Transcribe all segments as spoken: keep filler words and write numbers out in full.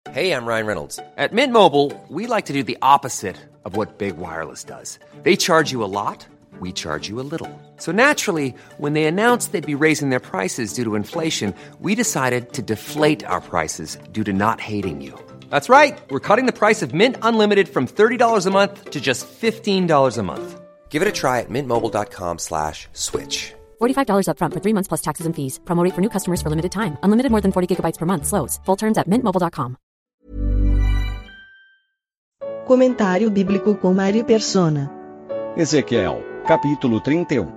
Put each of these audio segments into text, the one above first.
Hey, I'm Ryan Reynolds. At Mint Mobile, we like to do the opposite of what Big Wireless does. They charge you a lot, we charge you a little. So naturally, when they announced they'd be raising their prices due to inflation, we decided to deflate our prices due to not hating you. That's right. We're cutting the price of Mint Unlimited from thirty dollars a month to just fifteen dollars a month. Give it a try at mintmobile.com slash switch. forty-five dollars up front for three months plus taxes and fees. Promo rate for new customers for limited time. Unlimited more than forty gigabytes per month. Slows full terms at mint mobile dot com. Comentário bíblico com Mário Persona. Ezequiel, capítulo trinta e um.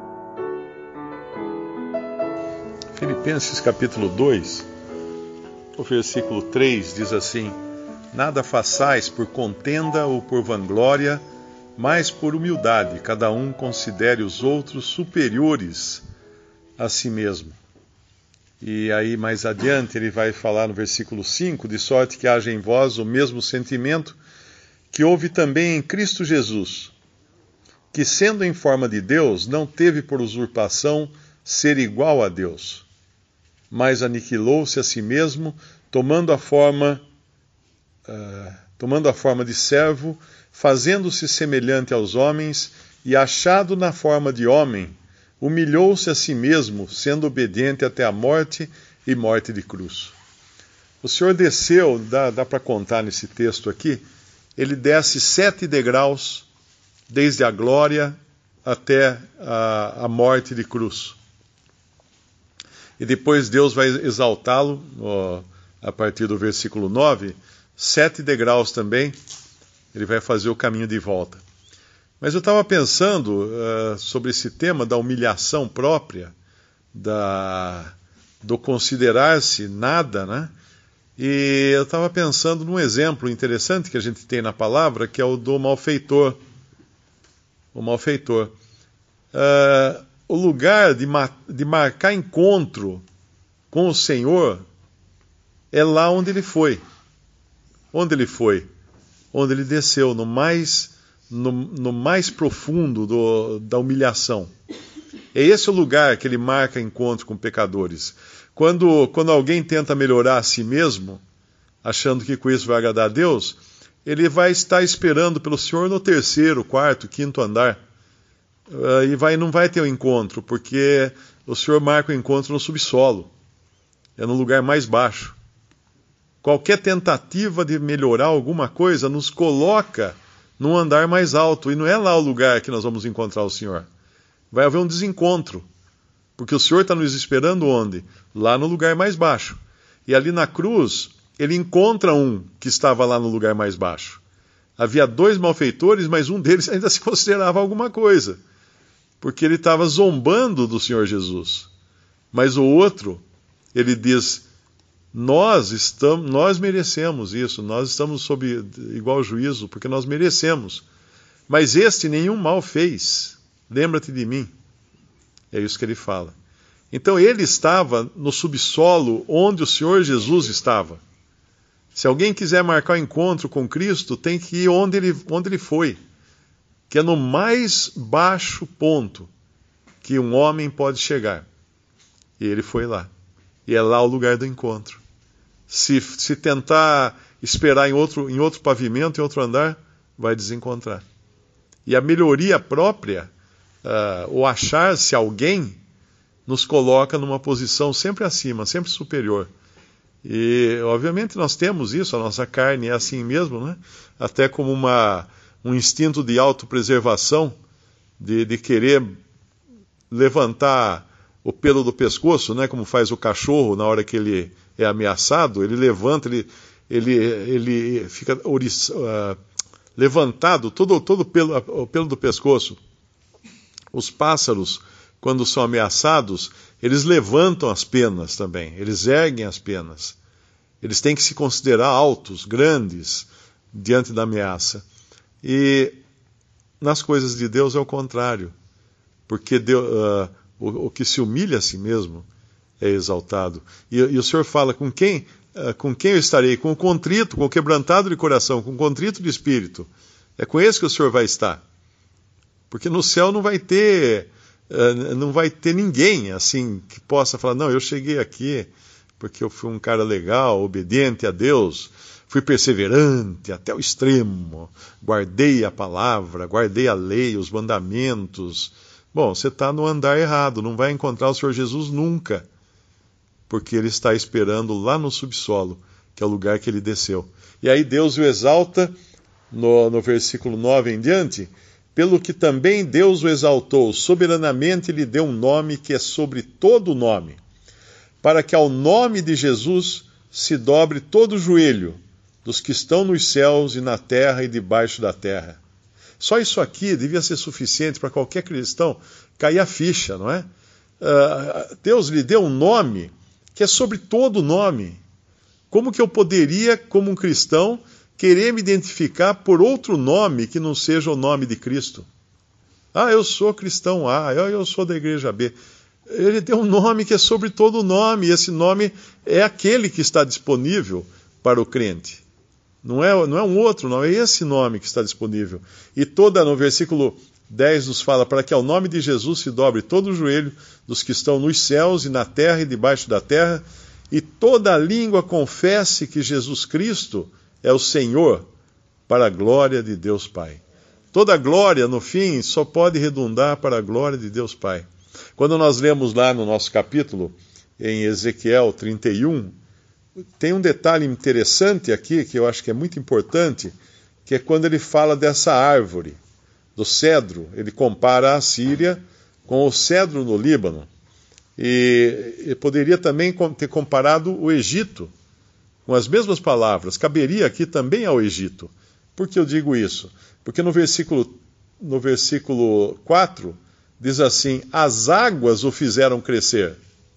Filipenses capítulo dois, o versículo três diz assim: Nada façais por contenda ou por vanglória, mas por humildade, cada um considere os outros superiores a si mesmo. E aí mais adiante ele vai falar no versículo cinco, de sorte que haja em vós o mesmo sentimento que houve também em Cristo Jesus, que sendo em forma de Deus, não teve por usurpação ser igual a Deus, mas aniquilou-se a si mesmo, tomando a forma, uh, tomando a forma de servo, fazendo-se semelhante aos homens, e achado na forma de homem, humilhou-se a si mesmo, sendo obediente até a morte e morte de cruz. O Senhor desceu, dá, dá para contar nesse texto aqui, ele desce sete degraus, desde a glória até a, a morte de cruz. E depois Deus vai exaltá-lo, ó, a partir do versículo nove, sete degraus também, ele vai fazer o caminho de volta. Mas eu estava pensando uh, sobre esse tema da humilhação própria, da, do considerar-se nada, né? E eu estava pensando num exemplo interessante que a gente tem na palavra, que é o do malfeitor. O malfeitor. Uh, o lugar de, ma- de marcar encontro com o Senhor é lá onde ele foi. Onde ele foi? Onde ele desceu, no mais, no, no mais profundo do, da humilhação. É esse o lugar que ele marca encontro com pecadores. Quando, quando alguém tenta melhorar a si mesmo, achando que com isso vai agradar a Deus, ele vai estar esperando pelo Senhor no terceiro, quarto, quinto andar. Uh, e vai, não vai ter o um encontro, porque o Senhor marca o encontro no subsolo. É no lugar mais baixo. Qualquer tentativa de melhorar alguma coisa nos coloca num andar mais alto. E não é lá o lugar que nós vamos encontrar o Senhor. Vai haver um desencontro. Porque o Senhor está nos esperando onde? Lá no lugar mais baixo. E ali na cruz, ele encontra um que estava lá no lugar mais baixo. Havia dois malfeitores, mas um deles ainda se considerava alguma coisa. Porque ele estava zombando do Senhor Jesus. Mas o outro, ele diz, nós, estamos, nós merecemos isso, nós estamos sob igual juízo, porque nós merecemos. Mas este nenhum mal fez. Lembra-te de mim. É isso que ele fala. Então ele estava no subsolo onde o Senhor Jesus estava. Se alguém quiser marcar o encontro com Cristo, tem que ir onde ele, onde ele foi, que é no mais baixo ponto que um homem pode chegar. E ele foi lá. E é lá o lugar do encontro. Se, se tentar esperar em outro, em outro pavimento, em outro andar, vai desencontrar. E a melhoria própria, uh, o achar-se alguém, nos coloca numa posição sempre acima, sempre superior. E, obviamente, nós temos isso, a nossa carne é assim mesmo, né? Até como uma, um instinto de autopreservação, de, de querer levantar o pelo do pescoço, né? Como faz o cachorro na hora que ele é ameaçado, ele levanta, ele, ele, ele fica oriç, uh, levantado, todo, todo o, pelo, o pelo do pescoço. Os pássaros, quando são ameaçados, eles levantam as penas também, eles erguem as penas. Eles têm que se considerar altos, grandes, diante da ameaça. E nas coisas de Deus é o contrário, porque Deus, uh, o, o que se humilha a si mesmo é exaltado. E, e o Senhor fala, com quem, uh, com quem eu estarei? Com o contrito, com o quebrantado de coração, com o contrito de espírito. É com esse que o Senhor vai estar. Porque no céu não vai ter... Uh, não vai ter ninguém assim que possa falar, não, eu cheguei aqui porque eu fui um cara legal, obediente a Deus, fui perseverante até o extremo, guardei a palavra, guardei a lei, os mandamentos. Bom, você está no andar errado, não vai encontrar o Senhor Jesus nunca, porque Ele está esperando lá no subsolo, que é o lugar que Ele desceu. E aí Deus o exalta, no, no versículo nove em diante, pelo que também Deus o exaltou, soberanamente lhe deu um nome que é sobre todo nome, para que ao nome de Jesus se dobre todo o joelho, dos que estão nos céus e na terra e debaixo da terra. Só isso aqui devia ser suficiente para qualquer cristão cair a ficha, não é? Uh, Deus lhe deu um nome que é sobre todo nome. Como que eu poderia, como um cristão, querer me identificar por outro nome que não seja o nome de Cristo? Ah, eu sou cristão A, eu, eu sou da igreja B. Ele deu um nome que é sobre todo nome, e esse nome é aquele que está disponível para o crente. Não é, não é um outro nome, é esse nome que está disponível. E toda, no versículo dez nos fala, para que ao nome de Jesus se dobre todo o joelho dos que estão nos céus e na terra e debaixo da terra, e toda a língua confesse que Jesus Cristo é o Senhor, para a glória de Deus Pai. Toda a glória, no fim, só pode redundar para a glória de Deus Pai. Quando nós lemos lá no nosso capítulo, em Ezequiel trinta e um, tem um detalhe interessante aqui, que eu acho que é muito importante, que é quando ele fala dessa árvore, do cedro. Ele compara a Síria com o cedro no Líbano. E, e poderia também ter comparado o Egito, com as mesmas palavras. Caberia aqui também ao Egito. Por que eu digo isso? Porque no versículo, no versículo quatro, diz assim, as águas o fizeram crescer.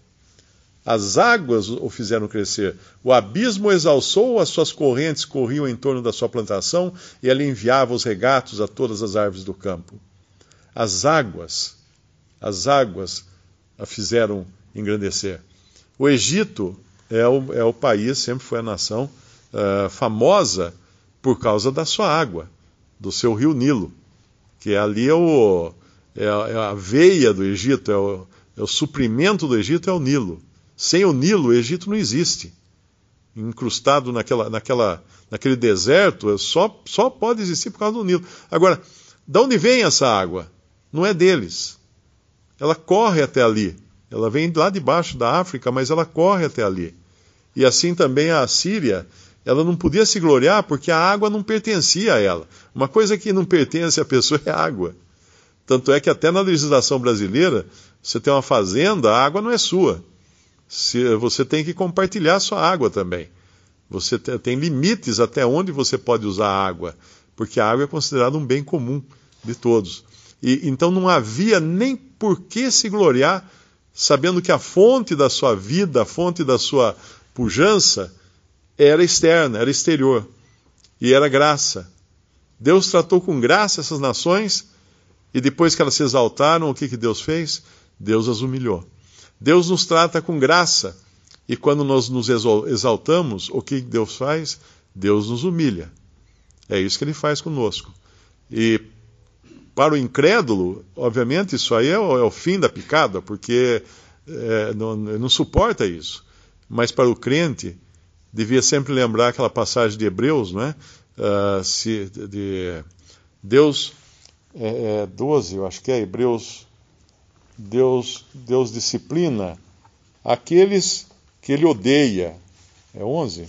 As águas o fizeram crescer. O abismo exalçou, as suas correntes corriam em torno da sua plantação, e ele enviava os regatos a todas as árvores do campo. As águas, as águas a fizeram engrandecer. O Egito é o, é o país, sempre foi a nação uh, famosa por causa da sua água, do seu rio Nilo, que ali é, o, é, a, é a veia do Egito, é o, é o suprimento do Egito, é o Nilo. Sem o Nilo, o Egito não existe. Incrustado naquela, naquela, naquele deserto, só, só pode existir por causa do Nilo. Agora, de onde vem essa água? Não é deles. Ela corre até ali. Ela vem lá debaixo da África, mas ela corre até ali. E assim também a Síria, ela não podia se gloriar porque a água não pertencia a ela. Uma coisa que não pertence à pessoa é a água. Tanto é que até na legislação brasileira, você tem uma fazenda, a água não é sua. Se, você tem que compartilhar a sua água também. Você te, tem limites até onde você pode usar a água, porque a água é considerada um bem comum de todos. E, então não havia nem por que se gloriar, sabendo que a fonte da sua vida, a fonte da sua pujança, era externa, era exterior. E era graça. Deus tratou com graça essas nações, e depois que elas se exaltaram, o que, que Deus fez? Deus as humilhou. Deus nos trata com graça, e quando nós nos exaltamos, o que Deus faz? Deus nos humilha. É isso que Ele faz conosco. E para o incrédulo, obviamente, isso aí é o, é o fim da picada, porque é, não, não suporta isso. Mas para o crente, devia sempre lembrar aquela passagem de Hebreus, não é? Uh, se, de, Deus, é, é doze, eu acho que é, Hebreus... Deus, Deus disciplina aqueles que Ele odeia. É onze?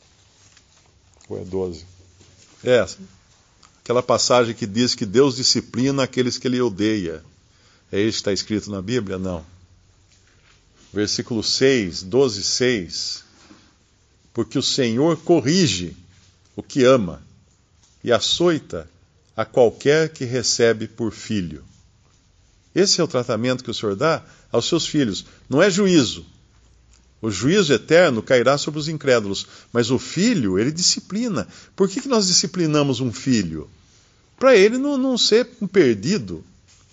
Ou é doze? É, aquela passagem que diz que Deus disciplina aqueles que Ele odeia. É isso que está escrito na Bíblia? Não. Versículo seis, doze, seis. Porque o Senhor corrige o que ama e açoita a qualquer que recebe por filho. Esse é o tratamento que o Senhor dá aos seus filhos. Não é juízo. O juízo eterno cairá sobre os incrédulos. Mas o filho, ele disciplina. Por que, que nós disciplinamos um filho? Para ele não, não ser um perdido.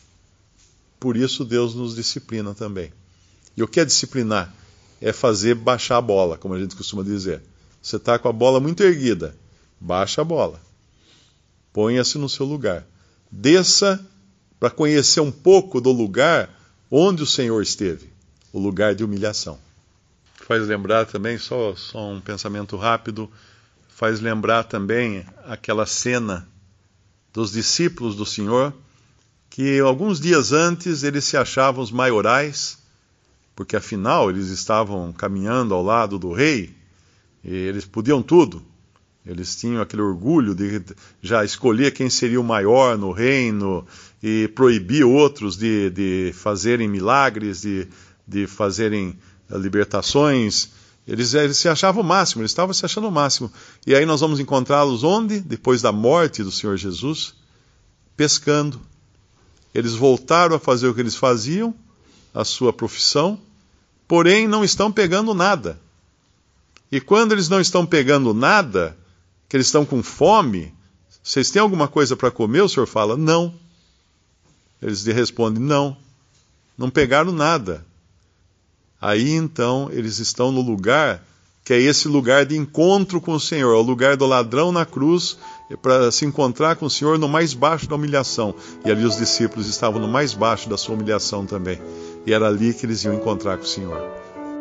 Por isso Deus nos disciplina também. E o que é disciplinar? É fazer baixar a bola, como a gente costuma dizer. Você está com a bola muito erguida. Baixa a bola. Ponha-se no seu lugar. Desça para conhecer um pouco do lugar onde o Senhor esteve, o lugar de humilhação. faz lembrar também, só, só um pensamento rápido, faz lembrar também aquela cena dos discípulos do Senhor, que alguns dias antes eles se achavam os maiorais, porque afinal eles estavam caminhando ao lado do rei, e eles podiam tudo. Eles tinham aquele orgulho de já escolher quem seria o maior no reino e proibir outros de, de fazerem milagres, de, de fazerem libertações. Eles, eles se achavam o máximo, eles estavam se achando o máximo. E aí nós vamos encontrá-los onde? Depois da morte do Senhor Jesus, pescando. Eles voltaram a fazer o que eles faziam, a sua profissão, porém não estão pegando nada. E quando eles não estão pegando nada, que eles estão com fome, vocês têm alguma coisa para comer? O Senhor fala, não. Eles lhe respondem, não. Não pegaram nada. Aí então eles estão no lugar, que é esse lugar de encontro com o Senhor, o lugar do ladrão na cruz, para se encontrar com o Senhor no mais baixo da humilhação. E ali os discípulos estavam no mais baixo da sua humilhação também. E era ali que eles iam encontrar com o Senhor.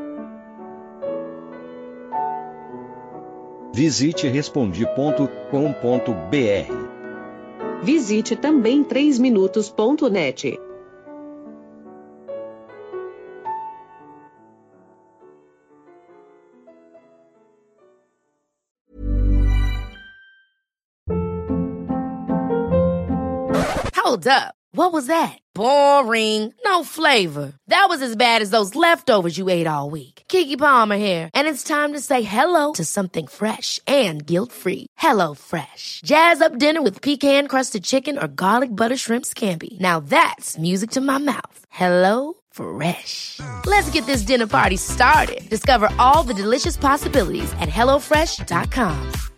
Visite respondi ponto com ponto br. Visite também três minutos ponto net. Hold up. What was that? Boring. No flavor. That was as bad as those leftovers you ate all week. Keke Palmer here, and it's time to say hello to something fresh and guilt-free. Hello Fresh. Jazz up dinner with pecan-crusted chicken or garlic butter shrimp scampi. Now that's music to my mouth. Hello Fresh. Let's get this dinner party started. Discover all the delicious possibilities at hello fresh dot com.